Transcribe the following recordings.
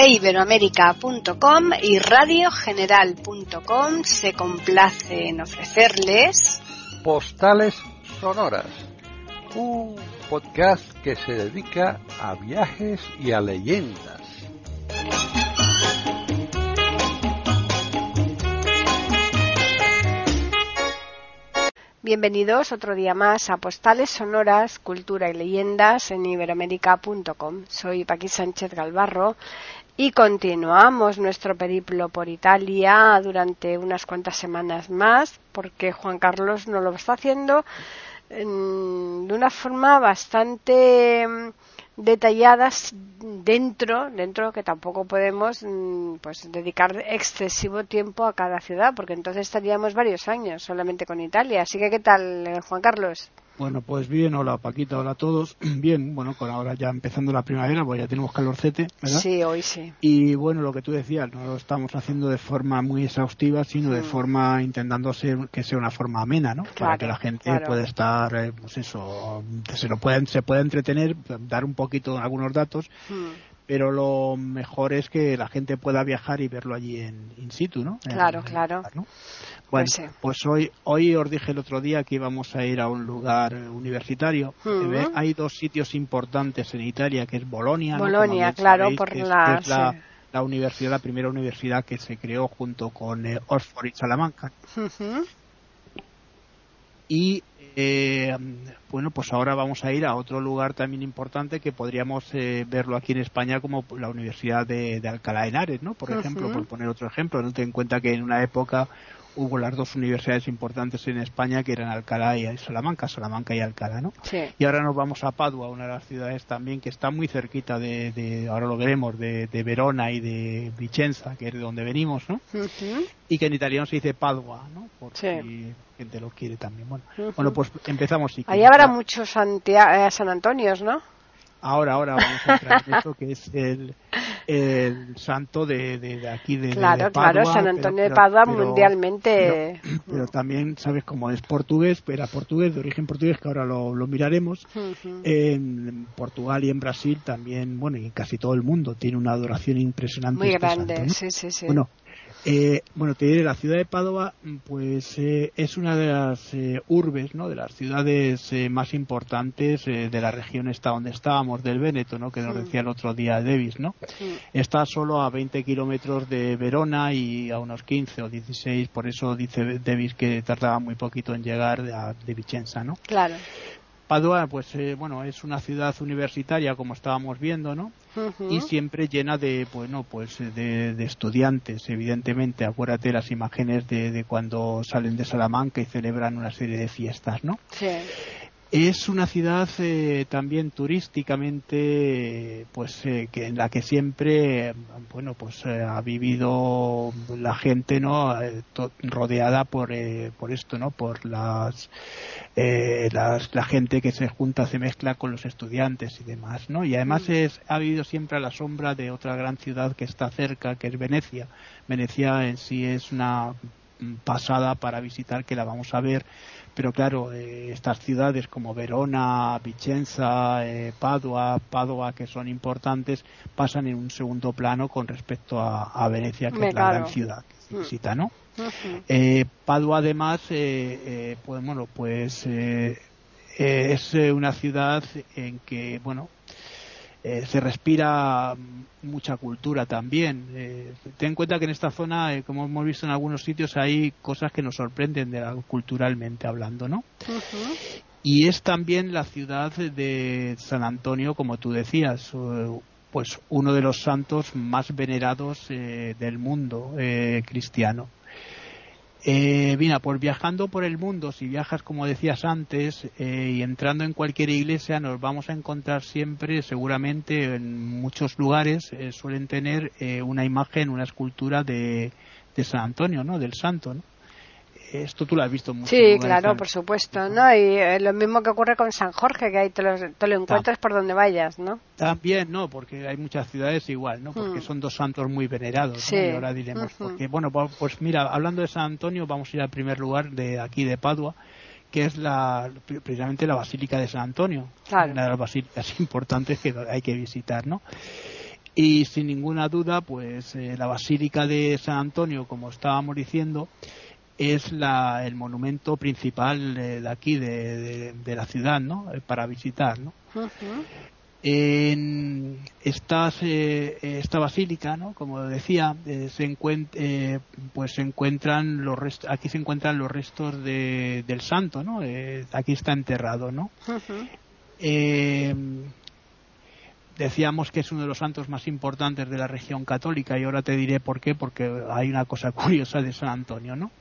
iberoamerica.com y radiogeneral.com se complace en ofrecerles Postales Sonoras, un podcast que se dedica a viajes y a leyendas. Bienvenidos otro día más a Postales Sonoras, Cultura y Leyendas en iberoamerica.com. Soy Paqui Sánchez Galvarro y continuamos nuestro periplo por Italia durante unas cuantas semanas más, porque Juan Carlos nos lo está haciendo de una forma bastante detalladas dentro que tampoco podemos pues dedicar excesivo tiempo a cada ciudad, porque entonces estaríamos varios años solamente con Italia. Así que ¿qué tal, Juan Carlos? Bueno, pues bien, hola Paquita, hola a todos. Bien, bueno, con ahora ya empezando la primavera, pues ya tenemos calorcete, ¿verdad? Sí, hoy sí. Y bueno, lo que tú decías, no lo estamos haciendo de forma muy exhaustiva, sino de forma intentando que sea una forma amena, ¿no? Claro, para que la gente pueda estar, pues eso, se pueda entretener, dar un poquito algunos datos. Pero lo mejor es que la gente pueda viajar y verlo allí in situ, ¿no? Claro. ¿no? Bueno, pues hoy os dije el otro día que íbamos a ir a un lugar universitario. Hay dos sitios importantes en Italia, que es Bolonia, Bolonia, ¿no? claro, Sabéis, por que es la universidad, la primera universidad que se creó junto con Oxford y Salamanca. Y bueno, pues ahora vamos a ir a otro lugar también importante que podríamos verlo aquí en España, como la Universidad de Alcalá de Henares, ¿no? Por ejemplo, por poner otro ejemplo. No ten en cuenta que en una época hubo las dos universidades importantes en España, que eran Alcalá y Salamanca y Alcalá, ¿no? Sí. Y ahora nos vamos a Padua, una de las ciudades también que está muy cerquita ahora lo veremos, de Verona y de Vicenza, que es de donde venimos, ¿no? Y que en italiano se dice Padua, ¿no? Por si gente lo quiere también. Bueno, pues empezamos. Ahí habrá muchos San Antonios, ¿no? Ahora vamos a entrar en eso, que es el santo de aquí de Padua. Claro, San Antonio de Padua mundialmente. Pero también, ¿sabes? Como es portugués, era portugués, de origen portugués, que ahora lo miraremos. En Portugal y en Brasil también, bueno, y en casi todo el mundo tiene una adoración impresionante. Muy grande, santo, ¿no? Sí. Bueno, te diré, la ciudad de Padua pues es una de las urbes, ¿no? De las ciudades más importantes de la región esta donde estábamos, del Véneto, ¿no? Que nos decía el otro día Davis, ¿no? Está solo a 20 kilómetros de Verona y a unos 15 o 16, por eso dice Davis que tardaba muy poquito en llegar de Vicenza, ¿no? Claro. Padua, pues bueno, es una ciudad universitaria, como estábamos viendo, ¿no? Y siempre llena de, bueno, pues de estudiantes, evidentemente. Acuérdate las imágenes de cuando salen de Salamanca y celebran una serie de fiestas, ¿no? Sí. Es una ciudad también turísticamente, pues que en la que siempre, bueno, pues ha vivido la gente, ¿no? Rodeada por esto, ¿no? Por la gente que se junta, se mezcla con los estudiantes y demás, ¿no? Y además ha vivido siempre a la sombra de otra gran ciudad que está cerca, que es Venecia. Venecia en sí es una pasada para visitar, que la vamos a ver. Pero claro, estas ciudades como Verona, Vicenza, Padua, que son importantes, pasan en un segundo plano con respecto a Venecia, que es la gran ciudad que se visita, ¿no? Padua, además, es una ciudad en que, bueno, se respira mucha cultura también. Ten en cuenta que en esta zona, como hemos visto en algunos sitios, hay cosas que nos sorprenden culturalmente hablando, ¿no? Y es también la ciudad de San Antonio, como tú decías, pues uno de los santos más venerados del mundo cristiano. Mira, pues viajando por el mundo, si viajas como decías antes y entrando en cualquier iglesia, nos vamos a encontrar siempre, seguramente en muchos lugares suelen tener una imagen, una escultura de San Antonio, ¿no? Del santo, ¿no? Esto tú lo has visto mucho. Sí, claro, por supuesto, ¿no? Y lo mismo que ocurre con San Jorge, que ahí te lo encuentras por donde vayas, ¿no? También, no, porque hay muchas ciudades igual, ¿no? Porque son dos santos muy venerados, sí. ¿no? Y ahora diremos, porque, bueno, pues mira, hablando de San Antonio, vamos a ir al primer lugar de aquí de Padua, que es precisamente la Basílica de San Antonio, una de las basílicas importantes que hay que visitar, ¿no? Y sin ninguna duda, pues la Basílica de San Antonio, como estábamos diciendo, es el monumento principal de aquí, de la ciudad, ¿no? Para visitar, ¿no? Uh-huh. En esta basílica, ¿no? Como decía, se encuentran los restos, aquí se encuentran los restos del santo, ¿no? Aquí está enterrado, ¿no? Uh-huh. Decíamos que es uno de los santos más importantes de la región católica, y ahora te diré por qué, porque hay una cosa curiosa de San Antonio, ¿no?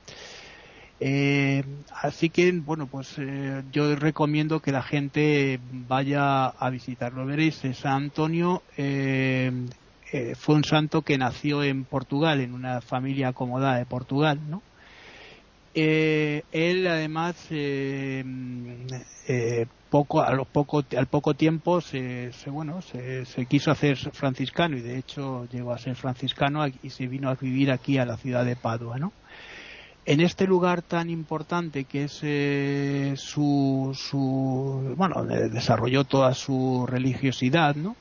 Así que, bueno, pues yo recomiendo que la gente vaya a visitarlo. Veréis, San Antonio fue un santo que nació en Portugal, en una familia acomodada de Portugal, ¿no? Él además al poco tiempo se quiso hacer franciscano, y de hecho llegó a ser franciscano y se vino a vivir aquí a la ciudad de Padua, ¿no? En este lugar tan importante que es desarrolló toda su religiosidad, ¿no?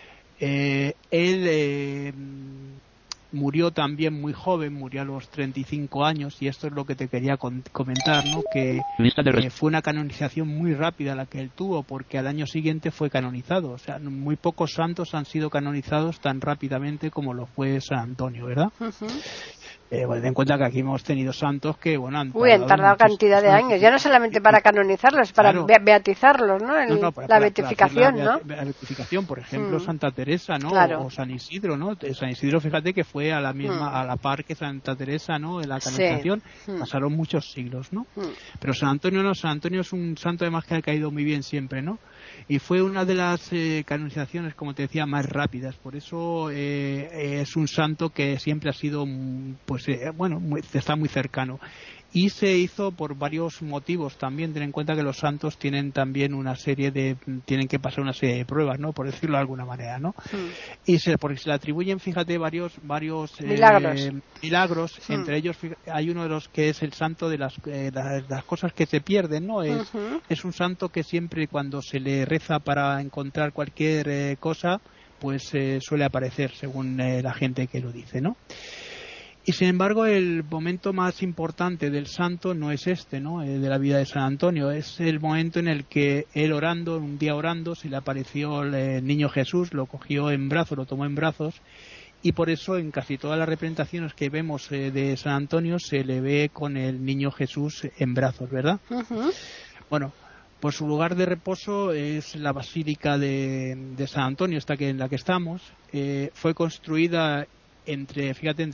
Él murió también muy joven, murió a los 35 años, y esto es lo que te quería comentar, ¿no? Que fue una canonización muy rápida la que él tuvo, porque al año siguiente fue canonizado. O sea, muy pocos santos han sido canonizados tan rápidamente como lo fue San Antonio, ¿verdad? Uh-huh. Ten en cuenta que aquí hemos tenido santos que, bueno, han tardado cantidad de años, ya no solamente para canonizarlos, para beatizarlos, ¿no? La beatificación, ¿no? La beatificación, por ejemplo, Santa Teresa, ¿no? Claro. O San Isidro, ¿no? San Isidro, fíjate que fue a la par que Santa Teresa, ¿no? En la canonización, pasaron muchos siglos, ¿no? Pero San Antonio no, San Antonio es un santo además que ha caído muy bien siempre, ¿no? Y fue una de las canonizaciones, como te decía, más rápidas. Por eso es un santo que siempre ha sido, pues está muy cercano. Y se hizo por varios motivos también. Ten en cuenta que los santos tienen también tienen que pasar una serie de pruebas, ¿no? Por decirlo de alguna manera, ¿no? Y porque se le atribuyen, fíjate, varios milagros. Entre ellos hay uno de los que es el santo de las cosas que se pierden, ¿no? Es un santo que siempre, cuando se le reza para encontrar cualquier cosa, pues suele aparecer, según la gente que lo dice, ¿no? Y sin embargo, el momento más importante del santo no es ¿no? De la vida de San Antonio. Es el momento en el que él un día orando, se le apareció el niño Jesús, lo cogió en brazos, lo tomó en brazos, y por eso en casi todas las representaciones que vemos de San Antonio se le ve con el niño Jesús en brazos, ¿verdad? Uh-huh. Bueno, pues su lugar de reposo es la Basílica de San Antonio, en la que estamos. Fue construida entre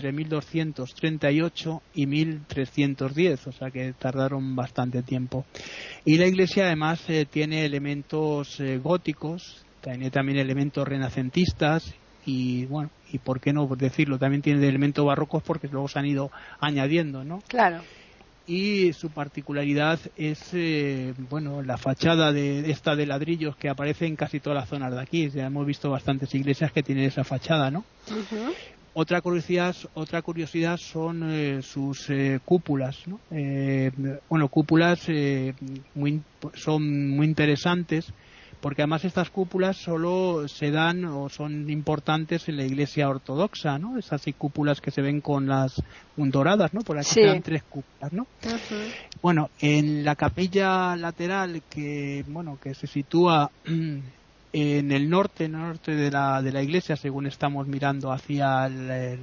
1238 y 1310, o sea que tardaron bastante tiempo. Y la iglesia además tiene elementos góticos, tiene también elementos renacentistas, y bueno, y por qué no decirlo, también tiene elementos barrocos, porque luego se han ido añadiendo, ¿no? Claro. Y su particularidad es la fachada de ladrillos que aparece en casi todas las zonas de aquí. Ya hemos visto bastantes iglesias que tienen esa fachada, ¿no? Uh-huh. Otra curiosidad son sus cúpulas, ¿no? Cúpulas son muy interesantes, porque además estas cúpulas solo se dan o son importantes en la iglesia ortodoxa, ¿no? Esas cúpulas que se ven con las doradas, ¿no? Por aquí se dan 3 cúpulas, ¿no? Uh-huh. Bueno, en la capilla lateral que se sitúa en el norte de la iglesia, según estamos mirando hacia el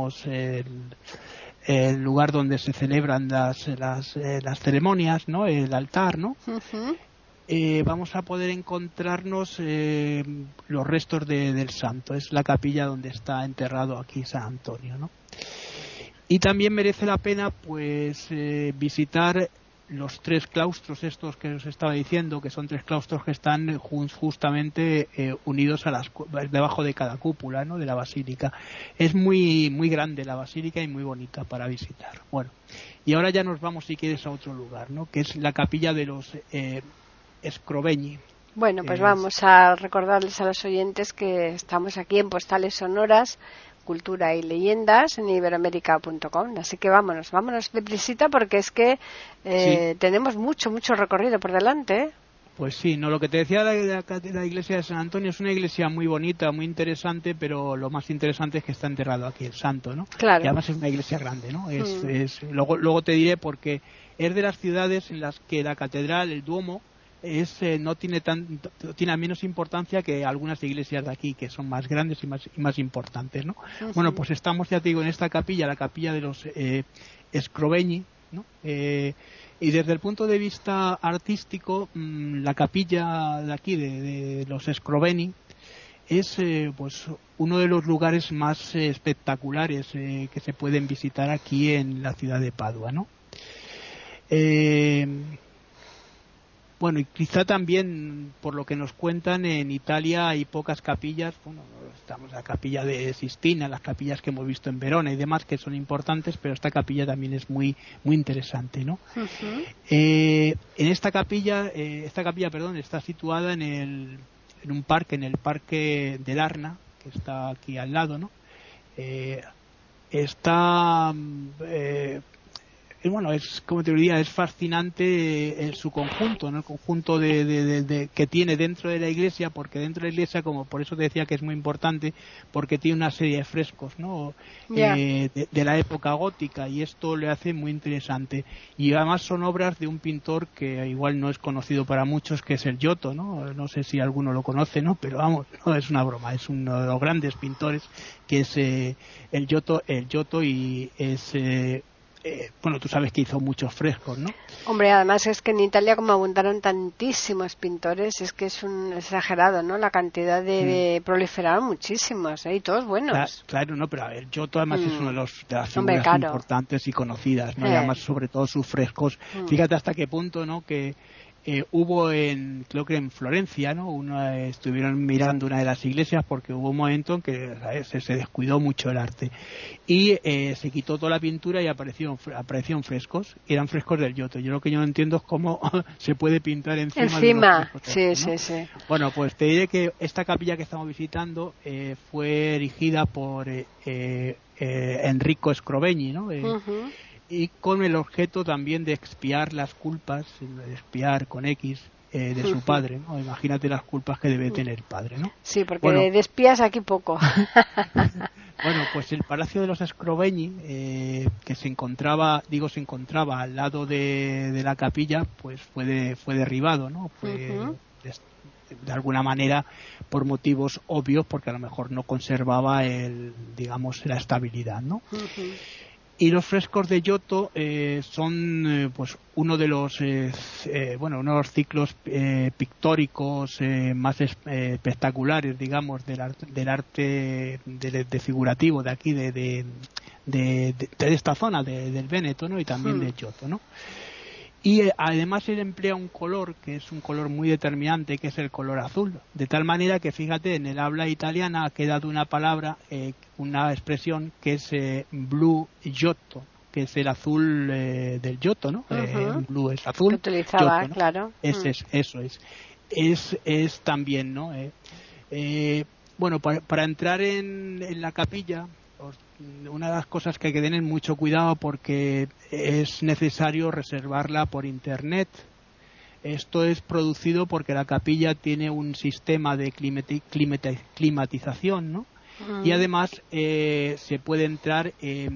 lugar donde se celebran las ceremonias, ¿no? El altar, ¿no? Uh-huh. Vamos a poder encontrarnos los restos del santo. Es la capilla donde está enterrado aquí San Antonio, ¿no? Y también merece la pena, pues, visitar los 3 claustros estos que os estaba diciendo, que son 3 claustros que están justamente unidos debajo de cada cúpula, ¿no? De la basílica. Es muy muy grande la basílica y muy bonita para visitar. Bueno, y ahora ya nos vamos, si quieres, a otro lugar, ¿no? Que es la capilla de los Scrovegni. Bueno, pues vamos a recordarles a los oyentes que estamos aquí en Postales Sonoras, Cultura y Leyendas en iberoamerica.com. Así que vámonos deprisita, porque es que tenemos mucho recorrido por delante, ¿eh? Pues sí, no, lo que te decía la iglesia de San Antonio es una iglesia muy bonita, muy interesante, pero lo más interesante es que está enterrado aquí el santo, ¿no? Claro. Y además es una iglesia grande, ¿no? Luego te diré porque es de las ciudades en las que la catedral, el Duomo, no tiene tiene menos importancia que algunas iglesias de aquí, que son más grandes y más importantes, ¿no? Uh-huh. Bueno, pues estamos, ya te digo, en esta capilla, la capilla de los Scrovegni, ¿no? Y desde el punto de vista artístico, la capilla de aquí, de los Scrovegni, es pues uno de los lugares más espectaculares que se pueden visitar aquí en la ciudad de Padua, ¿no? Bueno, y quizá también, por lo que nos cuentan, en Italia hay pocas capillas. Bueno, estamos en la capilla de Sistina, las capillas que hemos visto en Verona y demás, que son importantes, pero esta capilla también es muy muy interesante, ¿no? Uh-huh. En esta capilla, está situada en un parque, en el Parque del Arna, que está aquí al lado, ¿no? Bueno, es, como te diría, es fascinante su conjunto, ¿no? El conjunto que tiene dentro de la iglesia, porque dentro de la iglesia, como por eso te decía que es muy importante, porque tiene una serie de frescos, ¿no? De la época gótica, y esto le hace muy interesante. Y además son obras de un pintor que igual no es conocido para muchos, que es el Giotto, ¿no? No sé si alguno lo conoce, ¿no? Pero vamos, no es una broma, es uno de los grandes pintores, que es el Giotto, y es... bueno, tú sabes que hizo muchos frescos, ¿no? Hombre, además es que en Italia, como abundaron tantísimos pintores, es que es un exagerado, ¿no? La cantidad de proliferaron muchísimos, y todos buenos. Claro, no, pero a ver, Giotto además es uno de las figuras importantes y conocidas, ¿no? Y además, sobre todo, sus frescos. Fíjate hasta qué punto, ¿no? Que hubo creo que en Florencia, ¿no? Estuvieron mirando una de las iglesias porque hubo un momento en que se descuidó mucho el arte y se quitó toda la pintura y aparecieron frescos, y eran frescos del Giotto. Yo lo que yo no entiendo es cómo se puede pintar encima de los frescos, sí. Bueno, pues te diré que esta capilla que estamos visitando fue erigida por Enrico Scrovegni, ¿no? Uh-huh. Y con el objeto también de expiar las culpas, de expiar con X, de su padre, ¿no? Imagínate las culpas que debe tener el padre, ¿no? Sí, porque de espías aquí poco. Bueno, pues el Palacio de los Scrovegni, que se encontraba al lado de la capilla, pues fue derribado, ¿no? De alguna manera por motivos obvios, porque a lo mejor no conservaba la estabilidad, ¿no? Uh-huh. Y los frescos de Giotto son pues uno de los ciclos pictóricos más espectaculares, digamos, del arte de figurativo de aquí, de esta zona del Véneto, ¿no? Y también de Giotto, ¿no? Y además él emplea un color que es un color muy determinante, que es el color azul, de tal manera que, fíjate, en el habla italiana ha quedado una palabra, una expresión que es blue Giotto, que es el azul del Giotto, ¿no? Uh-huh. Blue es azul, que utilizaba, Giotto, ¿no? Claro. Eso es también, ¿no? Bueno, para entrar en la capilla, una de las cosas que hay que tener mucho cuidado, porque es necesario reservarla por internet. Esto es producido porque la capilla tiene un sistema de climatización, ¿no? Uh-huh. Y además se puede entrar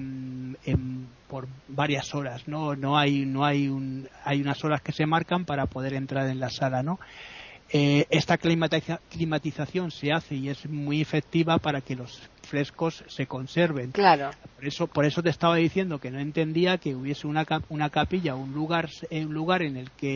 por varias horas, ¿no? Hay unas horas que se marcan para poder entrar en la sala, ¿no? Esta climatización se hace y es muy efectiva para que los frescos se conserven. Claro. Por eso te estaba diciendo que no entendía que hubiese una capilla, un lugar en el que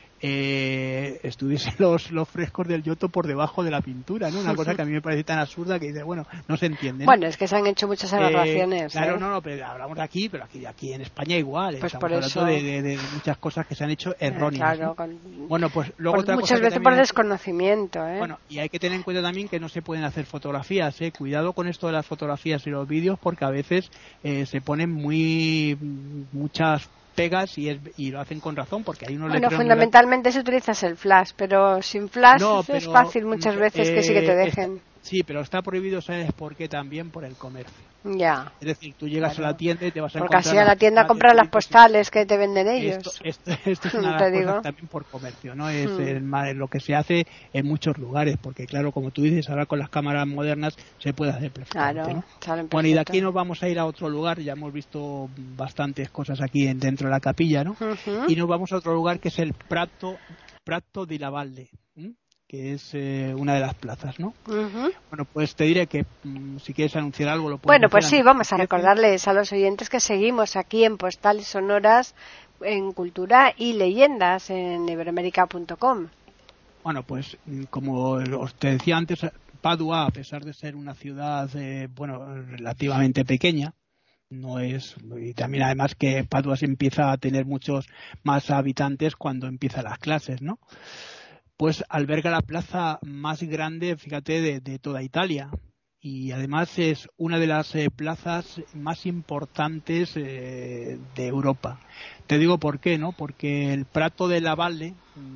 estuviesen los frescos del Giotto por debajo de la pintura, ¿no? Una cosa que a mí me parece tan absurda que dice, bueno, no se entiende, ¿no? Bueno, es que se han hecho muchas aberraciones. Claro, no, pero hablamos de aquí, pero aquí en España igual. Pues estamos por eso hablando de muchas cosas que se han hecho erróneas. Claro, ¿no? Bueno, pues luego otra muchas cosa veces por desconocimiento, Bueno, y hay que tener en cuenta también que no se pueden hacer fotografías, Cuidado con esto de las fotografías y los vídeos, porque a veces se ponen muchas pegas y lo hacen con razón, porque hay unos fundamentalmente se utiliza el flash, pero sin flash es fácil muchas veces que sí que te dejen. Sí, pero está prohibido, ¿sabes por qué? También por el comercio. Ya. Es decir, tú llegas a la tienda y te vas a porque encontrar... así a la tienda compras las postales que te venden ellos. Esto es una de las cosas también por comercio, ¿no? Es lo que se hace en muchos lugares, porque claro, como tú dices, ahora con las cámaras modernas se puede hacer perfectamente, ¿no? Bueno, y de aquí nos vamos a ir a otro lugar, ya hemos visto bastantes cosas aquí dentro de la capilla, ¿no? Y nos vamos a otro lugar que es el Prato di Lavalle, que es una de las plazas, ¿no? Bueno, pues te diré que si quieres anunciar algo lo puedes. Bueno, pues sí, vamos a recordarles a los oyentes que seguimos aquí en Postales Sonoras, en Cultura y Leyendas, en iberoamerica.com. Bueno, pues como os te decía antes, Padua, a pesar de ser una ciudad, relativamente pequeña, no es, y también además que Padua se empieza a tener muchos más habitantes cuando empiezan las clases, ¿no? Pues alberga la plaza más grande, fíjate, de toda Italia, y además es una de las plazas más importantes de Europa. Te digo por qué, ¿no? Porque el Prato de Lavalle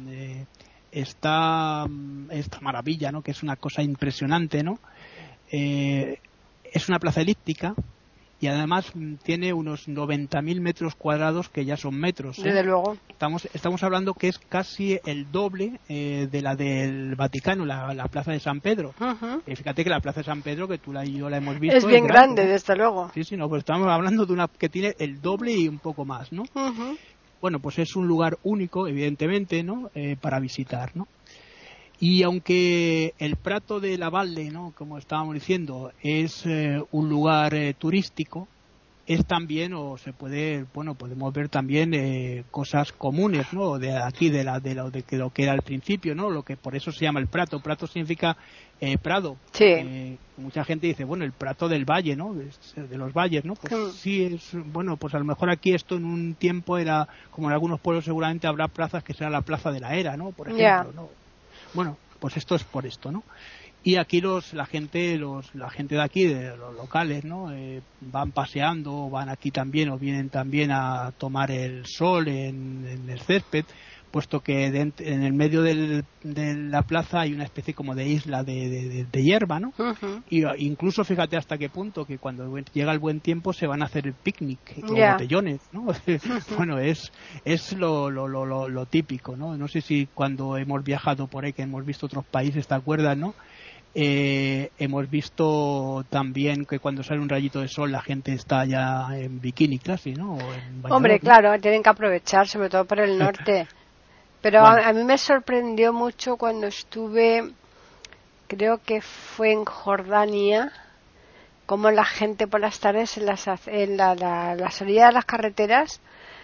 esta maravilla, ¿no? Que es una cosa impresionante, ¿no? Es una plaza elíptica y además tiene unos 90.000 metros cuadrados, que ya son metros, ¿eh? Desde luego. Estamos hablando que es casi el doble de la del Vaticano, la plaza de San Pedro. Fíjate que la plaza de San Pedro, que tú y yo la hemos visto, es bien grande, ¿no? Desde luego. Sí, no, pues estamos hablando de una que tiene el doble y un poco más, ¿no? Bueno, pues es un lugar único, evidentemente, ¿no? Para visitar, ¿no? Y aunque el Prato de Lavalle, ¿no? Como estábamos diciendo, es un lugar turístico, es también, o se puede, podemos ver también cosas comunes, ¿no? De aquí, de lo que era al principio, ¿no? Lo que por eso se llama el Prato. Prato significa prado. Sí. Mucha gente dice, bueno, el Prato del Valle, ¿no? De los valles, ¿no? Pues sí es, pues a lo mejor aquí esto en un tiempo era, como en algunos pueblos seguramente habrá plazas que será la Plaza de la Era, ¿no? Por ejemplo, ¿no? Bueno, pues esto es por esto, ¿no? Y aquí la gente de aquí, de los locales, ¿no? Van paseando, van aquí también o vienen también a tomar el sol en el césped, puesto que en el medio de la plaza hay una especie como de isla de hierba, ¿no? Y incluso fíjate hasta qué punto que cuando llega el buen tiempo se van a hacer picnic con botellones, ¿no? Bueno, es lo típico, ¿no? No sé si cuando hemos viajado por ahí, que hemos visto otros países, ¿te acuerdas, no? Hemos visto también que cuando sale un rayito de sol la gente está ya en bikini casi, ¿no? Hombre, claro, tienen que aprovechar, sobre todo por el norte. Pero bueno, a mí me sorprendió mucho cuando estuve, creo que fue en Jordania, como la gente por las tardes en las orillas de las carreteras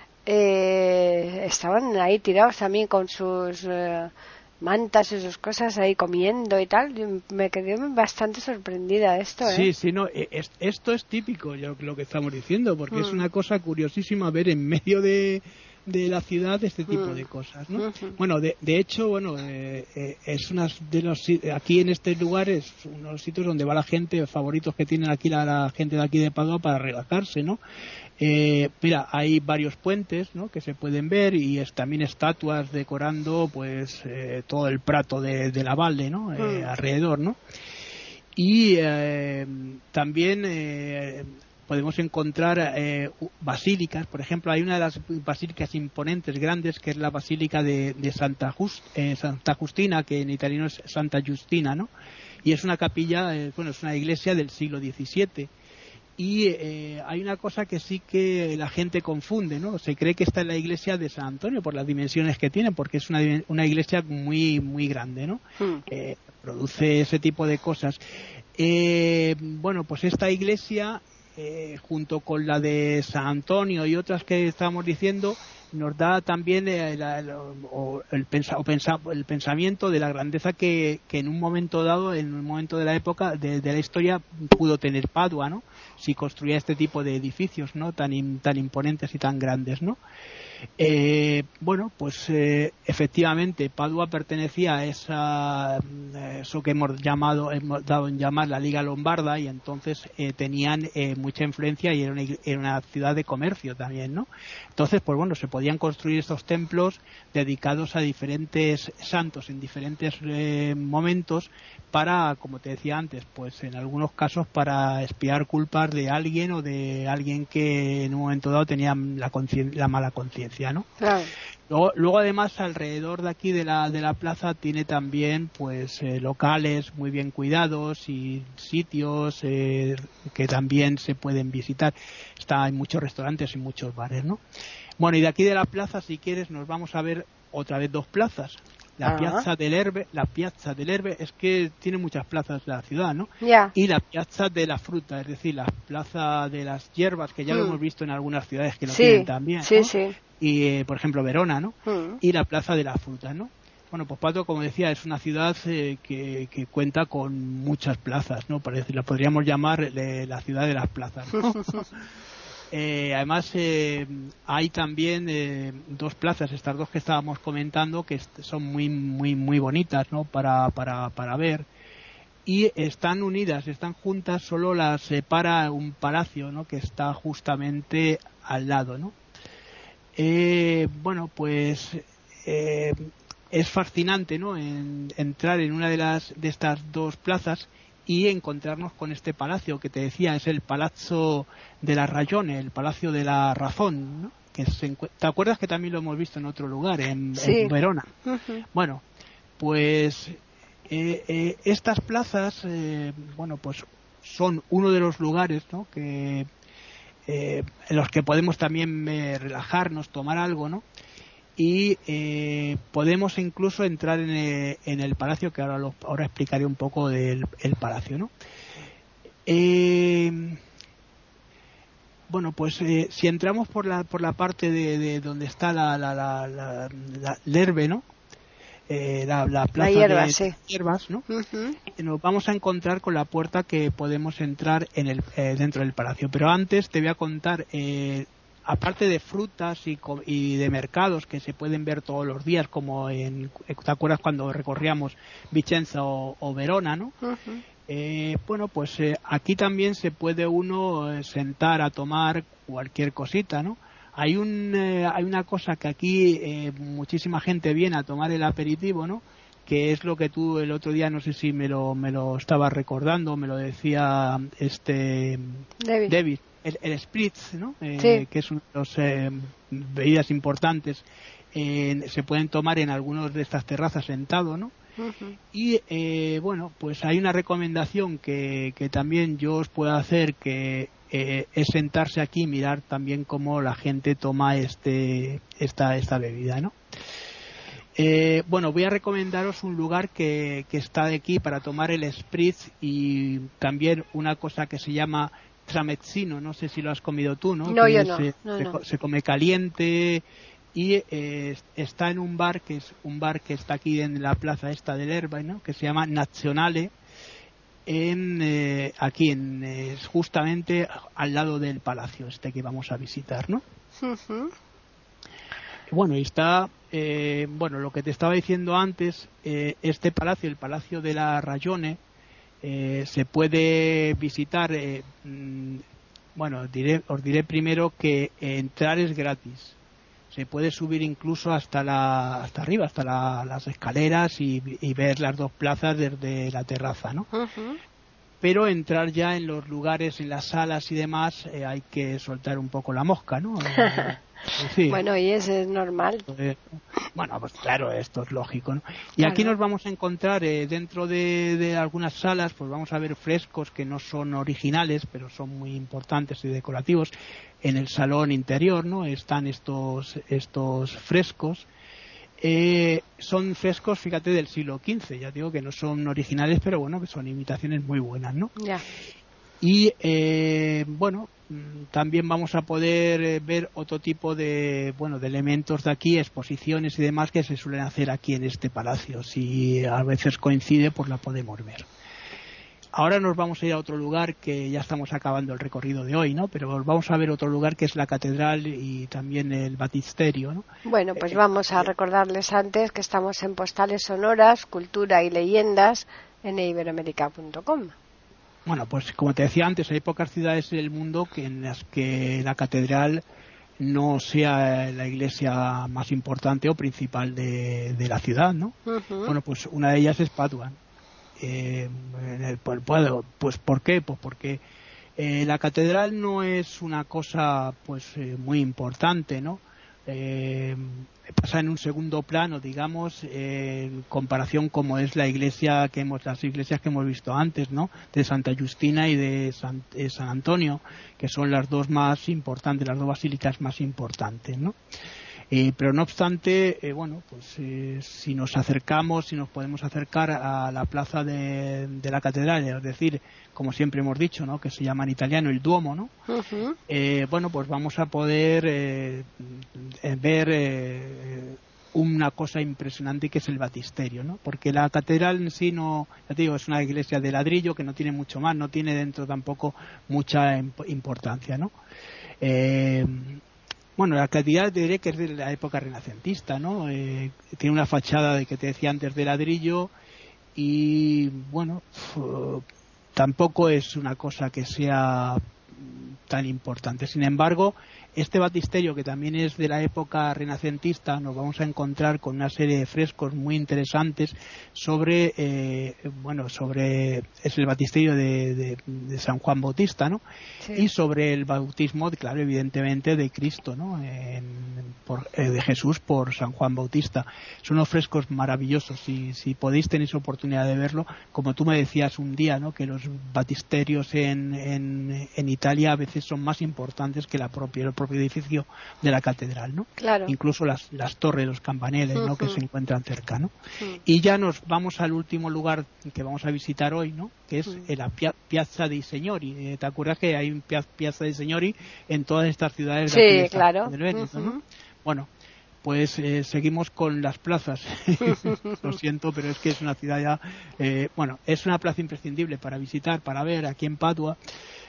estaban ahí tirados también con sus mantas y sus cosas ahí comiendo y tal. Yo me quedé bastante sorprendida de esto. Sí, no, esto es típico, lo que estamos diciendo, porque es una cosa curiosísima ver en medio de la ciudad este tipo de cosas, ¿no? Bueno, de hecho, es una de los, aquí en este lugar es uno de los sitios donde va la gente, favoritos que tienen aquí la gente de aquí de Padua para relajarse, ¿no? Mira, hay varios puentes, ¿no? Que se pueden ver y también estatuas decorando pues todo el Prato de Lavalle, ¿no? Alrededor, ¿no? Y también podemos encontrar basílicas. Por ejemplo, hay una de las basílicas imponentes, grandes, que es la basílica de Santa Justina, que en italiano es Santa Giustina, ¿no? Y es una capilla, es una iglesia del siglo XVII. Y hay una cosa que sí que la gente confunde, ¿no? Se cree que está en la iglesia de San Antonio por las dimensiones que tiene, porque es una iglesia muy muy grande, ¿no? Produce ese tipo de cosas. Pues esta iglesia, junto con la de San Antonio y otras que estábamos diciendo, nos da también el pensamiento de la grandeza que en un momento dado, en un momento de la época de la historia, pudo tener Padua, ¿no? Si construía este tipo de edificios, ¿no? Tan imponentes y tan grandes, ¿no? Bueno, pues efectivamente Padua pertenecía a eso que hemos dado en llamar la Liga Lombarda, y entonces tenían mucha influencia y era una ciudad de comercio también, ¿no? Entonces, pues bueno, se podían construir estos templos dedicados a diferentes santos en diferentes momentos para, como te decía antes, pues en algunos casos para expiar culpas de alguien o de alguien que en un momento dado tenía la mala conciencia, ¿no? Claro. Luego además alrededor de aquí de la plaza tiene también pues locales muy bien cuidados y sitios que también se pueden visitar. Hay muchos restaurantes y muchos bares, ¿no? Bueno, y de aquí de la plaza, si quieres, nos vamos a ver otra vez dos plazas. La Piazza del Erbe es que tiene muchas plazas la ciudad, ¿no? Yeah. Y la Piazza de la Fruta, es decir, la plaza de las hierbas, que ya lo hemos visto en algunas ciudades que lo tienen también, sí, ¿no? Sí. Y por ejemplo Verona, ¿no? Y la Plaza de la Fruta, ¿no? Bueno, pues Pato, como decía, es una ciudad que cuenta con muchas plazas, ¿no? La podríamos llamar la ciudad de las plazas, ¿no? Además hay también dos plazas, estas dos que estábamos comentando, que son muy muy muy bonitas, ¿no? para ver, y están unidas, están juntas, solo las separa un palacio, ¿no? Que está justamente al lado, ¿no? Bueno, pues es fascinante, ¿no? Entrar en una de estas dos plazas y encontrarnos con este palacio que te decía, es el Palazzo de la Ragione, el Palacio de la Razón, ¿no? ¿Te acuerdas que también lo hemos visto en otro lugar, en Verona? Bueno, pues estas plazas, bueno, pues son uno de los lugares, ¿no? Que en los que podemos también relajarnos, tomar algo, ¿no? Y podemos incluso entrar en el palacio, que ahora explicaré un poco del el palacio, ¿no? Bueno, pues si entramos por la parte de donde está la Lerbe, ¿no? La plaza de hierbas, ¿no? Nos vamos a encontrar con la puerta que podemos entrar dentro del palacio. Pero antes te voy a contar, aparte de frutas y de mercados que se pueden ver todos los días, como ¿te acuerdas cuando recorríamos Vicenza o Verona, ¿no? Bueno, pues aquí también se puede uno sentar a tomar cualquier cosita, ¿no? Hay una cosa que aquí muchísima gente viene a tomar el aperitivo, ¿no? Que es lo que tú el otro día, no sé si me lo estabas recordando, me lo decía David, el spritz, ¿no? Que es una de las bebidas importantes, se pueden tomar en algunas de estas terrazas sentado, ¿no? Y bueno, pues hay una recomendación que también yo os puedo hacer, que es sentarse aquí y mirar también cómo la gente toma esta bebida, ¿no? Bueno, voy a recomendaros un lugar que está de aquí para tomar el spritz, y también una cosa que se llama tramezzino, no sé si lo has comido tú, ¿no? No, yo no. Se come caliente y está en un bar que está aquí en la plaza esta del Erba, ¿no? Que se llama Nazionale, justamente al lado del palacio que vamos a visitar, ¿no? Bueno, y está bueno, lo que te estaba diciendo antes, este palacio, el Palacio de la Ragione, se puede visitar. Bueno, os diré primero que entrar es gratis. Se puede subir incluso hasta arriba, hasta las escaleras, y ver las dos plazas desde la terraza, ¿no? Pero entrar ya en los lugares, en las salas y demás, hay que soltar un poco la mosca, ¿no? Sí. Bueno, y eso es normal. Bueno, pues claro, esto es lógico, ¿no? Y aquí nos vamos a encontrar dentro de algunas salas, pues vamos a ver frescos que no son originales, pero son muy importantes y decorativos. En el salón interior, ¿no? Están estos frescos. Son frescos, fíjate, del siglo XV. Ya digo que no son originales, pero bueno, que son imitaciones muy buenas, ¿no? Ya. Y bueno, también vamos a poder ver otro tipo de elementos de aquí, exposiciones y demás que se suelen hacer aquí en este palacio. Si a veces coincide, pues la podemos ver. Ahora nos vamos a ir a otro lugar, que ya estamos acabando el recorrido de hoy, ¿no? Pero vamos a ver otro lugar que es la catedral y también el baptisterio, ¿no? Bueno, pues vamos a recordarles antes que estamos en Postales Sonoras, Cultura y Leyendas en iberoamerica.com. Bueno, pues como te decía antes, hay pocas ciudades del mundo en las que la catedral no sea la iglesia más importante o principal de la ciudad, ¿no? Bueno, pues una de ellas es Padua. Pues ¿por qué? Pues porque la catedral no es una cosa pues muy importante, ¿no? Pasa en un segundo plano, digamos, en comparación como es las iglesias que hemos visto antes, ¿no? De Santa Justina y de San Antonio, que son las dos más importantes, las dos basílicas más importantes, ¿no? Pero no obstante, bueno, pues si nos podemos acercar a la plaza de la catedral, es decir, como siempre hemos dicho, ¿no? Que se llama en italiano el Duomo, ¿no? Bueno, pues vamos a poder ver una cosa impresionante, que es el baptisterio, ¿no? Porque la catedral en sí no, ya te digo, es una iglesia de ladrillo que no tiene mucho más, no tiene dentro tampoco mucha importancia, ¿no? Bueno, la catedral diré que es de la época renacentista, ¿no? Tiene una fachada que te decía antes de ladrillo y, bueno, tampoco es una cosa que sea tan importante. Sin embargo, este baptisterio, que también es de la época renacentista, nos vamos a encontrar con una serie de frescos muy interesantes sobre es el baptisterio de San Juan Bautista, ¿no? Sí. Y sobre el bautismo, claro, evidentemente, de Cristo, ¿no? De Jesús por San Juan Bautista. Son unos frescos maravillosos. Si podéis, tenéis oportunidad de verlo. Como tú me decías un día, ¿no? Que los baptisterios en Italia a veces son más importantes que el propio edificio de la catedral, ¿no? Claro. Incluso las torres, los campaneles, ¿no? Que se encuentran cerca, ¿no? Y ya nos vamos al último lugar que vamos a visitar hoy, ¿no? Que es la Piazza dei Signori. ¿Te acuerdas que hay un Piazza dei Signori en todas estas ciudades de aquí, claro. del Veneto, ¿no? Bueno, pues seguimos con las plazas. Lo siento, pero es que es una ciudad ya... bueno, es una plaza imprescindible para visitar, para ver aquí en Padua.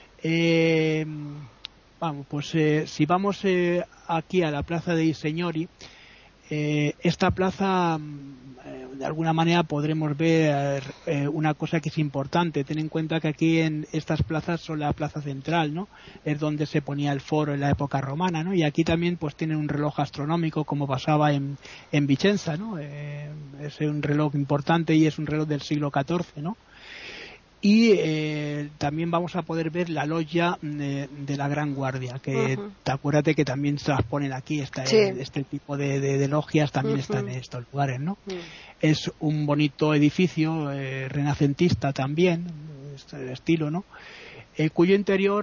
Vamos, pues si vamos aquí a la Plaza dei Signori, esta plaza de alguna manera podremos ver una cosa que es importante. Ten en cuenta que aquí en estas plazas son la plaza central, ¿no? Es donde se ponía el foro en la época romana, ¿no? Y aquí también pues tienen un reloj astronómico, como pasaba en Vicenza, ¿no? Es un reloj importante y es un reloj del siglo XIV, ¿no? Y también vamos a poder ver la loggia de la Gran Guardia, que acuérdate que también se las ponen aquí, este tipo de logias también están en estos lugares, ¿no? Es un bonito edificio renacentista también, este estilo, ¿no? Cuyo interior,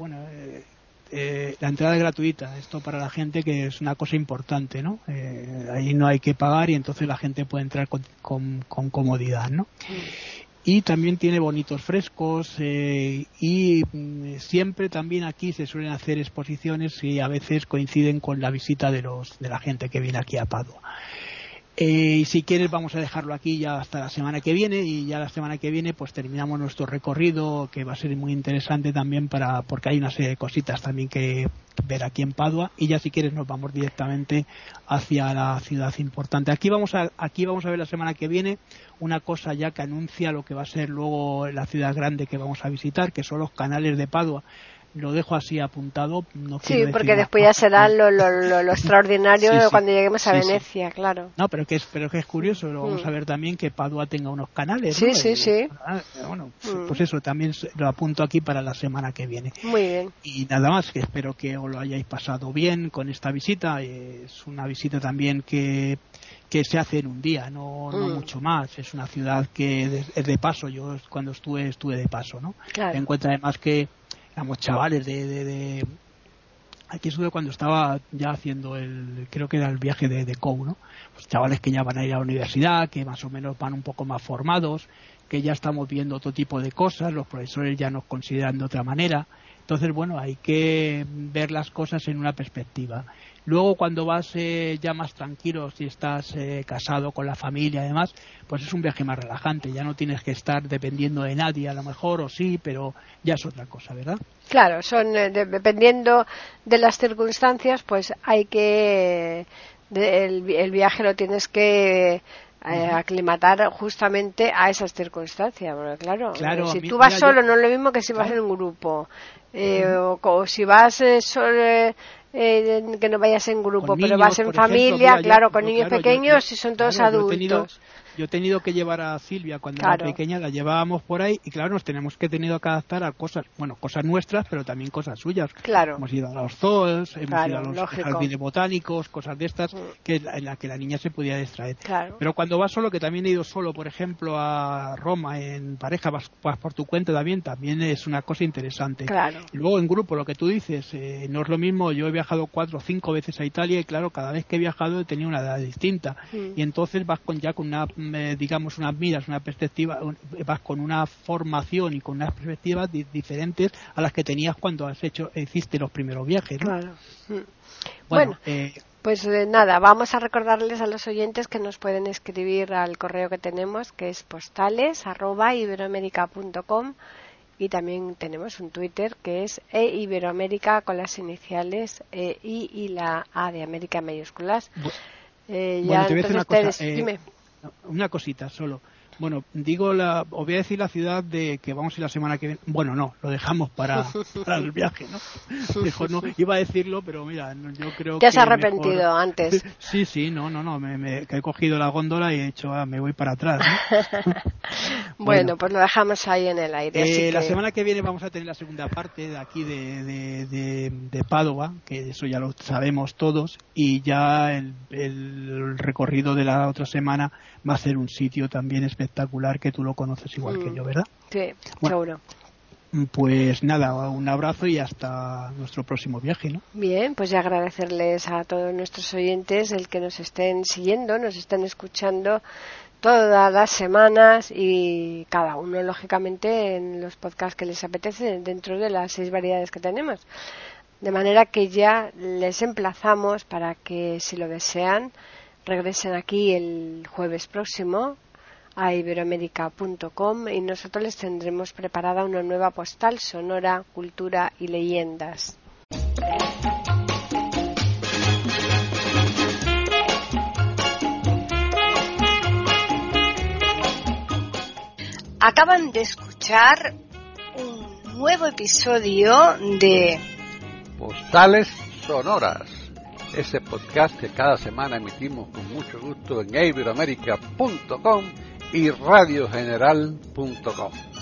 la entrada es gratuita, esto para la gente, que es una cosa importante, ¿no? Ahí no hay que pagar y entonces la gente puede entrar con comodidad, ¿no? Y también tiene bonitos frescos y siempre también aquí se suelen hacer exposiciones y a veces coinciden con la visita de la gente que viene aquí a Padua. Y si quieres vamos a dejarlo aquí ya hasta la semana que viene, y ya la semana que viene pues terminamos nuestro recorrido, que va a ser muy interesante también porque hay una serie de cositas también que ver aquí en Padua, y ya si quieres nos vamos directamente hacia la ciudad importante. Aquí vamos a ver la semana que viene una cosa ya que anuncia lo que va a ser luego la ciudad grande que vamos a visitar, que son los canales de Padua. Lo dejo así apuntado. No sí, porque después ya será lo extraordinario cuando lleguemos a Venecia, claro. No, pero que es curioso, lo vamos a ver también, que Padua tenga unos canales. Sí, ¿no? sí. Bueno, pues eso también lo apunto aquí para la semana que viene. Muy bien. Y nada más, que espero que os lo hayáis pasado bien con esta visita. Es una visita también que se hace en un día, no mucho más. Es una ciudad que es de paso. Yo cuando estuve de paso, ¿no? Claro. Me encuentro además que éramos chavales aquí estuve cuando estaba ya haciendo creo que era el viaje de COU, ¿no? Pues chavales que ya van a ir a la universidad, que más o menos van un poco más formados, que ya estamos viendo otro tipo de cosas, los profesores ya nos consideran de otra manera, Entonces, bueno, hay que ver las cosas en una perspectiva. Luego, cuando vas ya más tranquilo, si estás casado con la familia y demás, pues es un viaje más relajante. Ya no tienes que estar dependiendo de nadie, a lo mejor, o sí, pero ya es otra cosa, ¿verdad? Claro, dependiendo de las circunstancias, pues hay que... el viaje lo tienes que... aclimatar justamente a esas circunstancias, porque claro, si tú vas solo no es lo mismo que si vas en un grupo, o si vas solo, que no vayas en grupo, pero vas en familia, con niños pequeños y son todos adultos. Yo he tenido que llevar a Silvia cuando era pequeña, la llevábamos por ahí y claro, nos tenemos que adaptar a cosas nuestras, pero también cosas suyas. Claro. Hemos ido a los zoos, hemos ido a los jardines botánicos, cosas de estas, en las que la niña se podía distraer. Claro. Pero cuando vas solo, que también he ido solo, por ejemplo, a Roma en pareja, vas por tu cuenta también es una cosa interesante. Claro. Y luego en grupo, lo que tú dices, no es lo mismo. Yo he viajado 4 o 5 veces a Italia y claro, cada vez que he viajado he tenido una edad distinta. Y entonces vas con una unas miras, una perspectiva, vas con una formación y con unas perspectivas diferentes a las que tenías cuando hiciste los primeros viajes, ¿no? Claro. Bueno, pues nada, vamos a recordarles a los oyentes que nos pueden escribir al correo que tenemos, que es postales@iberoamerica.com, y también tenemos un Twitter que es iberoamérica con las iniciales I y la A de América en mayúsculas. Te voy a decir una cosa. Dime. Una cosita solo. Bueno, os voy a decir la ciudad de que vamos a ir la semana que viene. Bueno, no, lo dejamos para el viaje, ¿no? No, iba a decirlo, pero mira, yo creo que... ¿Te has arrepentido mejor... antes? Sí, que he cogido la góndola y he dicho, me voy para atrás, ¿no? Bueno, pues lo dejamos ahí en el aire. La semana que viene vamos a tener la segunda parte de aquí de Padova, que eso ya lo sabemos todos, y ya el recorrido de la otra semana va a ser un sitio también espectacular que tú lo conoces igual que yo, ¿verdad? Sí, seguro. Pues nada, un abrazo y hasta nuestro próximo viaje, ¿no? Bien, pues ya agradecerles a todos nuestros oyentes el que nos estén siguiendo, nos estén escuchando todas las semanas y cada uno, lógicamente, en los podcasts que les apetece dentro de las 6 variedades que tenemos. De manera que ya les emplazamos para que, si lo desean, regresen aquí el jueves próximo a iberoamerica.com y nosotros les tendremos preparada una nueva postal sonora, cultura y leyendas. Acaban de escuchar un nuevo episodio de Postales Sonoras, ese podcast que cada semana emitimos con mucho gusto en iberoamerica.com y radiogeneral.com.